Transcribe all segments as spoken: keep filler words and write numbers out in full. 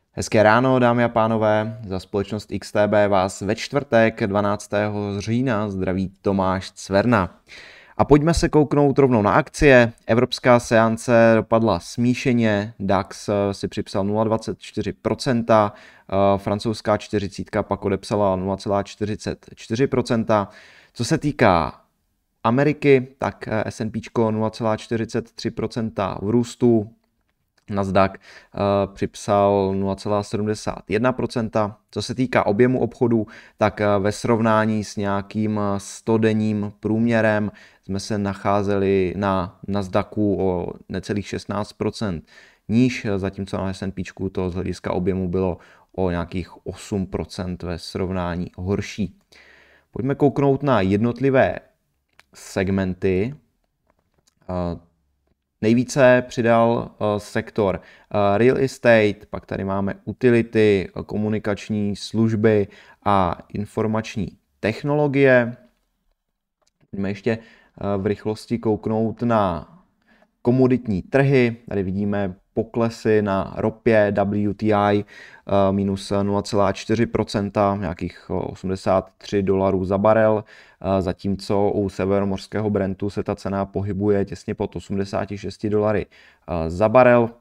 Hezké ráno, dámy a pánové, za společnost X T B vás ve čtvrtek dvanáctého října zdraví Tomáš Cverna. A pojďme se kouknout rovnou na akcie. Evropská seance dopadla smíšeně, DAX si připsal nula celá dvacet čtyři procenta, francouzská čtyřicítka pak odepsala nula celá čtyřicet čtyři procenta. Co se týká Ameriky, tak S and P nula celá čtyřicet tři procenta v růstu, Nasdaq uh, připsal nula celá sedmdesát jedna procenta. Co se týká objemu obchodu, tak uh, ve srovnání s nějakým stodenním průměrem jsme se nacházeli na Nasdaqu o necelých šestnáct procent níž, zatímco na S and P to z hlediska objemu bylo o nějakých osm procent ve srovnání horší. Pojďme kouknout na jednotlivé segmenty. Uh, Nejvíce přidal uh, sektor uh, real estate, pak tady máme utility, komunikační služby a informační technologie. Pojďme ještě uh, v rychlosti kouknout na komoditní trhy. Tady vidíme poklesy na ropě W T I uh, minus nula celá čtyři procenta, nějakých osmdesát tři dolarů za barel, uh, zatímco u severomořského Brentu se ta cena pohybuje těsně pod osmdesát šest dolary uh, za barel.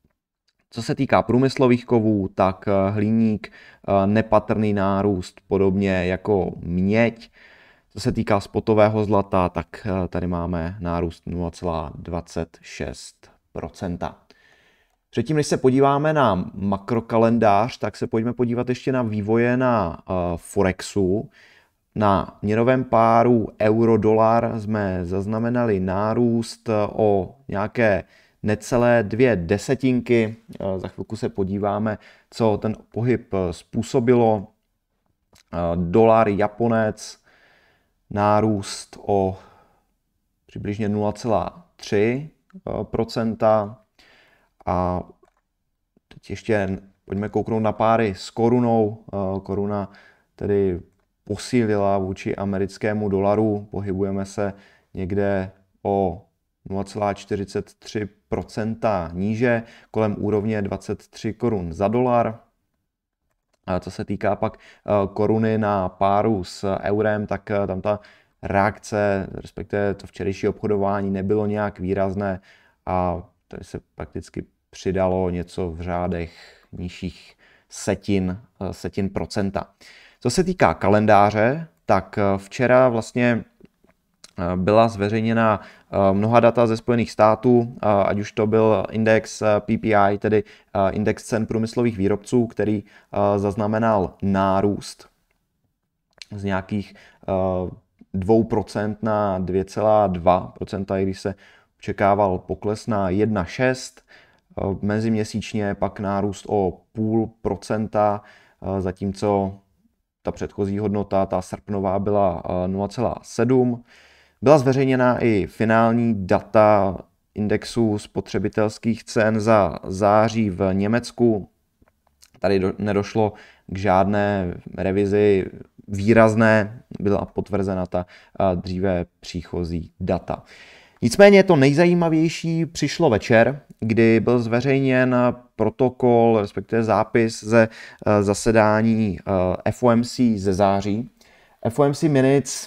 Co se týká průmyslových kovů, tak uh, hliník, uh, nepatrný nárůst, podobně jako měď. Co se týká spotového zlata, tak uh, tady máme nárůst nula celá dvacet šest procenta. Předtím, než se podíváme na makrokalendář, tak se pojďme podívat ještě na vývoje na uh, Forexu. Na měnovém páru euro-dolar jsme zaznamenali nárůst o nějaké necelé dvě desetinky. Uh, za chvilku se podíváme, co ten pohyb způsobilo. Uh, dolar, japonec, nárůst o přibližně nula celá tři procenta. A teď ještě pojďme kouknout na páry s korunou. Koruna tedy posílila vůči americkému dolaru. Pohybujeme se někde o nula celá čtyřicet tři procenta níže, kolem úrovně dvacet tři korun za dolar. A co se týká pak koruny na páru s eurem, tak tam ta reakce, respektive to včerejší obchodování nebylo nějak výrazné a tady se prakticky přidalo něco v řádech nižších setin, setin procenta. Co se týká kalendáře, tak včera vlastně byla zveřejněna mnoha data ze Spojených států, ať už to byl index P P I, tedy index cen průmyslových výrobců, který zaznamenal nárůst z nějakých dvě procenta na dvě celá dva procenta, i když se očekával pokles na jedna celá šest. Meziměsíčně pak nárůst o půl procenta, zatímco ta předchozí hodnota, ta srpnová, byla nula celá sedm. Byla zveřejněna i finální data indexu spotřebitelských cen za září v Německu. Tady do, nedošlo k žádné revizi výrazné, byla potvrzena ta dříve příchozí data. Nicméně to nejzajímavější přišlo večer, kdy byl zveřejněn protokol, respektive zápis ze zasedání F O M C ze září. F O M C Minutes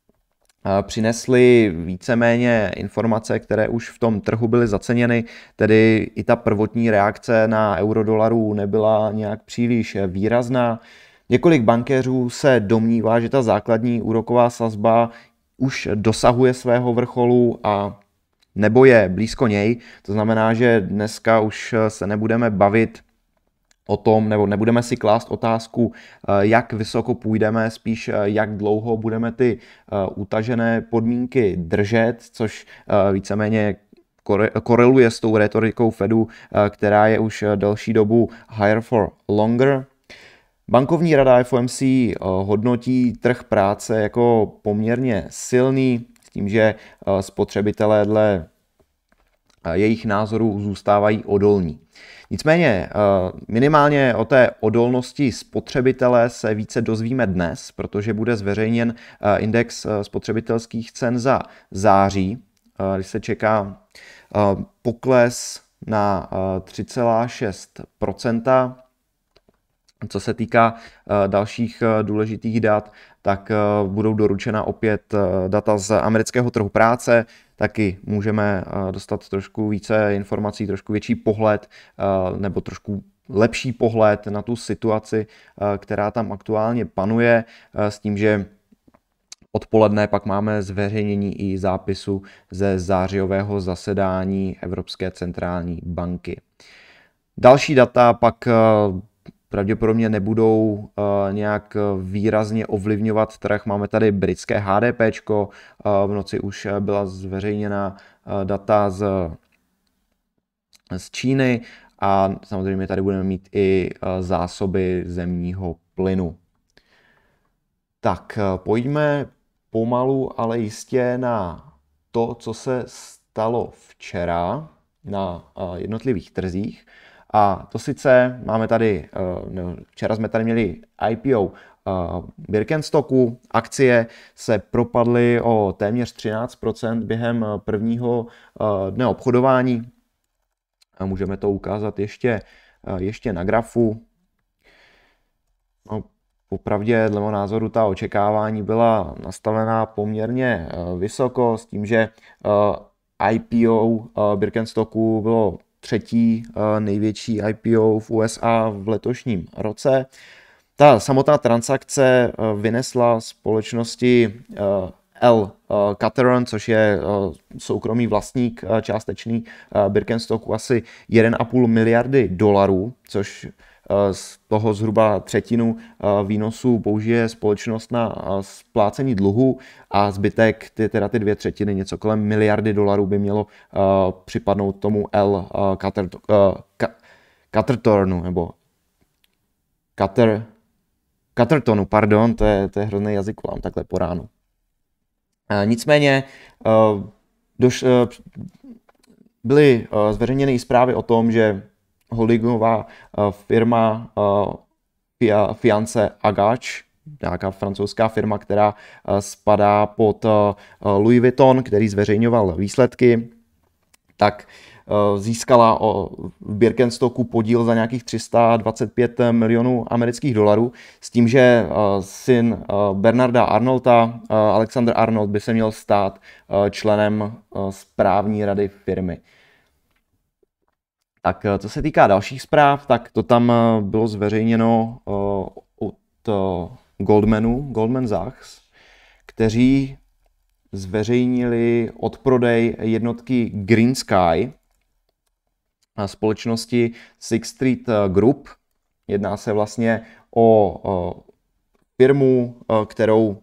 přinesly víceméně informace, které už v tom trhu byly zaceněny, tedy i ta prvotní reakce na eurodolaru nebyla nějak příliš výrazná. Několik bankéřů se domnívá, že ta základní úroková sazba už dosahuje svého vrcholu a nebo je blízko něj. To znamená, že dneska už se nebudeme bavit o tom, nebo nebudeme si klást otázku, jak vysoko půjdeme, spíš jak dlouho budeme ty utažené podmínky držet, což víceméně koreluje s tou retorikou Fedu, která je už delší dobu higher for longer. Bankovní rada F O M C hodnotí trh práce jako poměrně silný, s tím, že spotřebitelé dle jejich názorů zůstávají odolní. Nicméně minimálně o té odolnosti spotřebitele se více dozvíme dnes, protože bude zveřejněn index spotřebitelských cen za září, když se čeká pokles na tři celá šest procenta. Co se týká dalších důležitých dat, tak budou doručena opět data z amerického trhu práce, taky můžeme dostat trošku více informací, trošku větší pohled nebo trošku lepší pohled na tu situaci, která tam aktuálně panuje, s tím, že odpoledne pak máme zveřejnění i zápisu ze zářijového zasedání Evropské centrální banky. Další data pak pravděpodobně nebudou uh, nějak výrazně ovlivňovat trh. Máme tady britské H D P, uh, v noci už byla zveřejněna uh, data z, z Číny a samozřejmě tady budeme mít i uh, zásoby zemního plynu. Tak uh, pojďme pomalu, ale jistě na to, co se stalo včera na uh, jednotlivých trzích. A to sice máme tady, no, včera jsme tady měli I P O Birkenstocku, akcie se propadly o téměř třináct procent během prvního dne obchodování. A můžeme to ukázat ještě, ještě na grafu. No, popravdě, dle mého názoru, ta očekávání byla nastavená poměrně vysoko, s tím, že I P O Birkenstocku bylo třetí největší I P O v U S A v letošním roce. Ta samotná transakce vynesla společnosti L Cateron, což je soukromý vlastník částečný Birkenstocku, asi jedna celá pět miliardy dolarů, což z toho zhruba třetinu výnosu použije společnost na splácení dluhu a zbytek, ty, teda ty dvě třetiny, něco kolem miliardy dolarů by mělo připadnout tomu L Catertonu, nebo Cater, Catertonu, pardon, to je, to je hrozný jazyk, volám takhle po ránu. Nicméně doš, byly zveřejněny i zprávy o tom, že holdingová firma Fiance Agač, nějaká francouzská firma, která spadá pod Louis Vuitton, který zveřejňoval výsledky, tak získala v Birkenstocku podíl za nějakých tři sta dvacet pět milionů amerických dolarů, s tím, že syn Bernarda Arnolda, Alexander Arnold, by se měl stát členem správní rady firmy. Tak co se týká dalších zpráv, tak to tam bylo zveřejněno od Goldmanu, Goldman Sachs, kteří zveřejnili odprodej jednotky Green Sky společnosti Sixth Street Group. Jedná se vlastně o firmu, kterou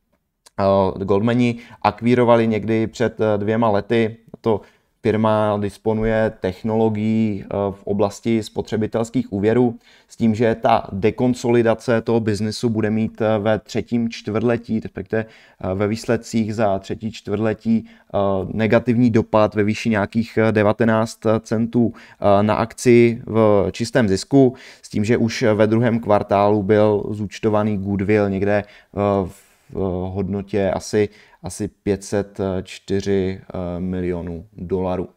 Goldmani akvírovali někdy před dvěma lety. To firma disponuje technologií v oblasti spotřebitelských úvěrů s tím, že ta dekonsolidace toho biznesu bude mít ve třetím čtvrtletí, respektive ve výsledcích za třetí čtvrtletí negativní dopad ve výši nějakých devatenáct centů na akci v čistém zisku, s tím, že už ve druhém kvartálu byl zúčtovaný goodwill někde v hodnotě asi, asi pět set čtyři milionů dolarů.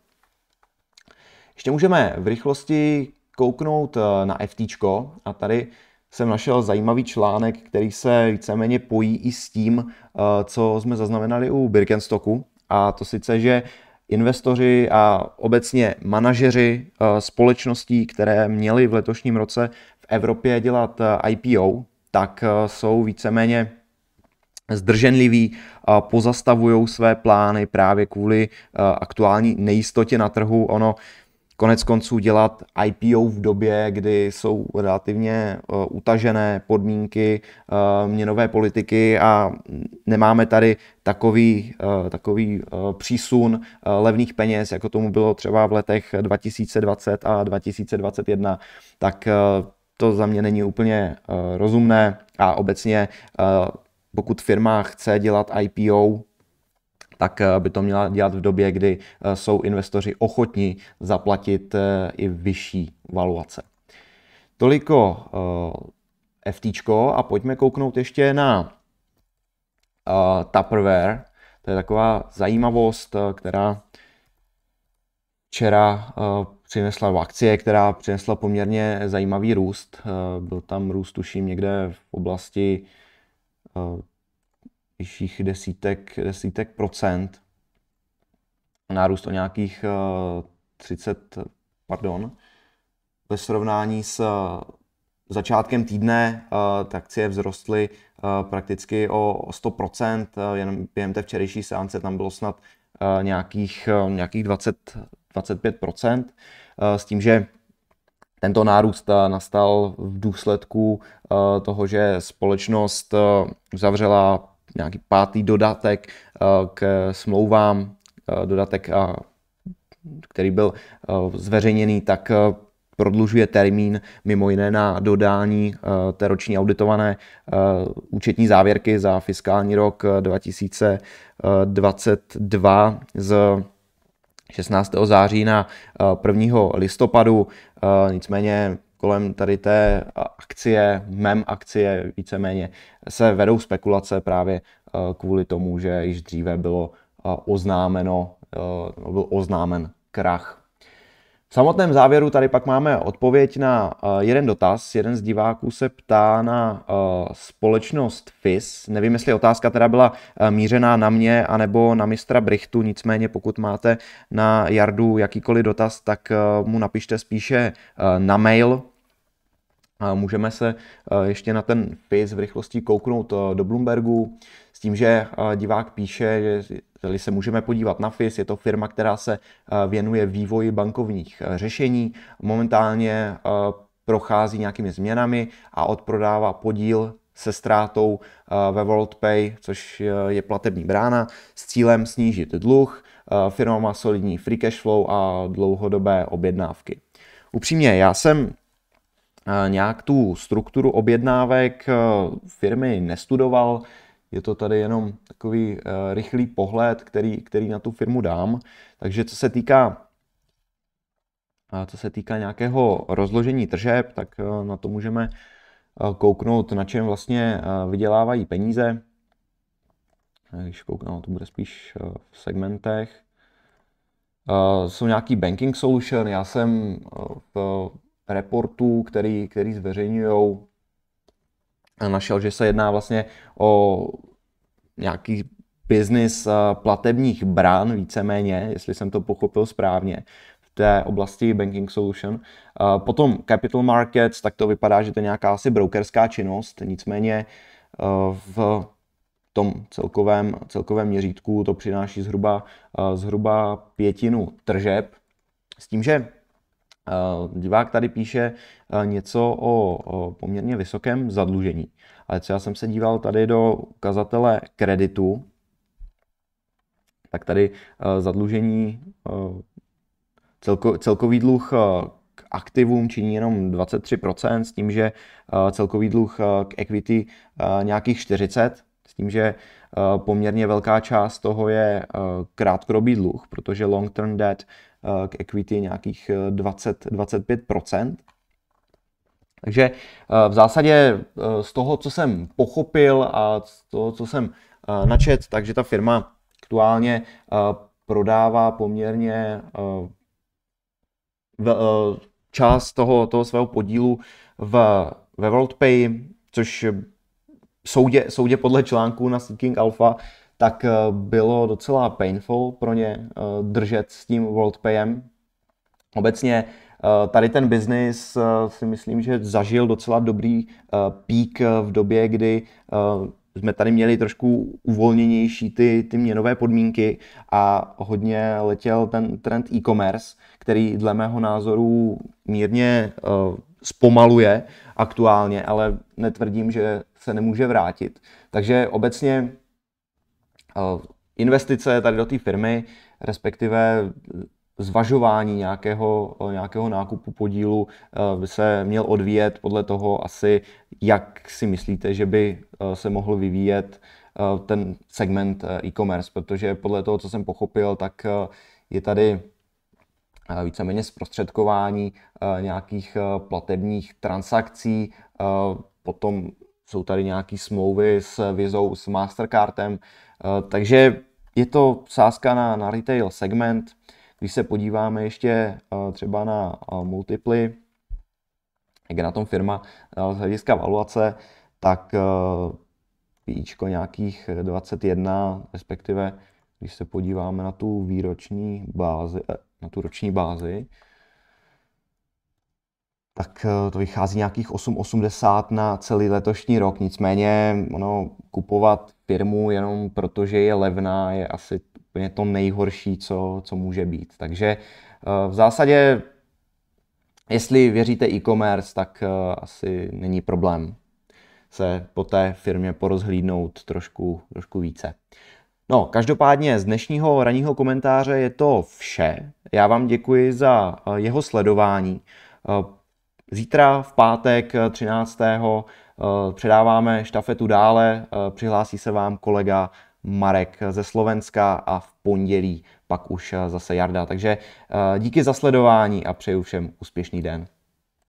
Ještě můžeme v rychlosti kouknout na FTčko a tady jsem našel zajímavý článek, který se víceméně pojí i s tím, co jsme zaznamenali u Birkenstocku, a to sice, že investoři a obecně manažeři společností, které měly v letošním roce v Evropě dělat I P O, tak jsou víceméně zdrženliví, pozastavují své plány právě kvůli aktuální nejistotě na trhu. Ono konec konců dělat I P O v době, kdy jsou relativně utažené podmínky měnové politiky a nemáme tady takový, takový přísun levných peněz, jako tomu bylo třeba v letech dva tisíce dvacet a dva tisíce dvacet jedna, tak to za mě není úplně rozumné a obecně pokud firma chce dělat I P O, tak by to měla dělat v době, kdy jsou investoři ochotní zaplatit i vyšší valuace. Toliko FTčko a pojďme kouknout ještě na Tupperware. To je taková zajímavost, která včera přinesla akcie, která přinesla poměrně zajímavý růst. Byl tam růst, tuším, někde v oblasti vyšších desítek, desítek procent. Nárůst o nějakých třicet, pardon, ve srovnání s začátkem týdne ty akcie vzrostly prakticky o sto procent, jen během té včerejší seance tam bylo snad nějakých, nějakých dvacet, dvacet pět procent, s tím, že tento nárůst nastal v důsledku toho, že společnost uzavřela nějaký pátý dodatek k smlouvám, dodatek, který byl zveřejněný, tak prodlužuje termín mimo jiné na dodání té roční auditované účetní závěrky za fiskální rok dva tisíce dvacet dva z šestnáctého září na prvního listopadu. Nicméně kolem tady té akcie, mem akcie víceméně, se vedou spekulace právě kvůli tomu, že již dříve bylo oznámeno, byl oznámen krach. V samotném závěru tady pak máme odpověď na jeden dotaz. Jeden z diváků se ptá na společnost F I S. Nevím, jestli otázka teda byla mířená na mě anebo na mistra Brichtu, nicméně pokud máte na Jardu jakýkoliv dotaz, tak mu napište spíše na mail. Můžeme se ještě na ten F I S v rychlosti kouknout do Bloombergu s tím, že divák píše, že tady se můžeme podívat na F I S, je to firma, která se věnuje vývoji bankovních řešení, momentálně prochází nějakými změnami a odprodává podíl se ztrátou ve WorldPay, což je platební brána, s cílem snížit dluh. Firma má solidní free cash flow a dlouhodobé objednávky. Upřímně, já jsem nějak tu strukturu objednávek firmy nestudoval, je to tady jenom takový rychlý pohled, který, který na tu firmu dám. Takže co se týká, co se týká nějakého rozložení tržeb, tak na to můžeme kouknout, na čem vlastně vydělávají peníze. Když kouknu, to bude spíš v segmentech. Jsou nějaký banking solution, já jsem v reportů, který, který zveřejňují, našel, že se jedná vlastně o nějaký business platebních brán víceméně, jestli jsem to pochopil správně, v té oblasti banking solution. Potom capital markets, tak to vypadá, že to je nějaká asi brokerská činnost, nicméně v tom celkovém, celkovém měřítku to přináší zhruba, zhruba pětinu tržeb, s tím, že divák tady píše něco o, o poměrně vysokém zadlužení. Ale co já jsem se díval tady do ukazatele kreditu, tak tady zadlužení, celko, celkový dluh k aktivům činí jenom dvacet tři procent, s tím, že celkový dluh k equity nějakých čtyřicet procent, s tím, že poměrně velká část toho je krátkodobý dluh, protože long term debt k equity je nějakých dvacet až dvacet pět procent. Takže v zásadě z toho, co jsem pochopil a z toho, co jsem načet, takže ta firma aktuálně prodává poměrně část toho, toho svého podílu v, ve WorldPay, což soudě, soudě podle článků na Seeking Alpha, tak bylo docela painful pro ně držet s tím WorldPayem. Obecně tady ten biznis si myslím, že zažil docela dobrý pík v době, kdy jsme tady měli trošku uvolněnější ty, ty měnové podmínky a hodně letěl ten trend e-commerce, který dle mého názoru mírně zpomaluje aktuálně, ale netvrdím, že se nemůže vrátit. Takže obecně investice tady do té firmy, respektive zvažování nějakého, nějakého nákupu podílu by se měl odvíjet podle toho asi, jak si myslíte, že by se mohl vyvíjet ten segment e-commerce, protože podle toho, co jsem pochopil, tak je tady víceméně zprostředkování nějakých platebních transakcí, potom jsou tady nějaké smlouvy s Vizou, s Mastercardem, takže je to sázka na, na retail segment, Když se podíváme ještě třeba na multiply, jak je na tom firma z hlediska valuace, tak píčko nějakých dvacet jedna, respektive když se podíváme na tu výroční bázi, na tu roční bázi, tak to vychází nějakých osm osmdesát na celý letošní rok. Nicméně ono, kupovat firmu jenom protože je levná je asi úplně to nejhorší, co, co může být. Takže v zásadě, jestli věříte e-commerce, tak asi není problém se po té firmě porozhlídnout trošku, trošku více. No, každopádně z dnešního ranního komentáře je to vše. Já vám děkuji za jeho sledování. Zítra v pátek třináctého předáváme štafetu dále, přihlásí se vám kolega Marek ze Slovenska a v pondělí pak už zase Jarda. Takže díky za sledování a přeju všem úspěšný den.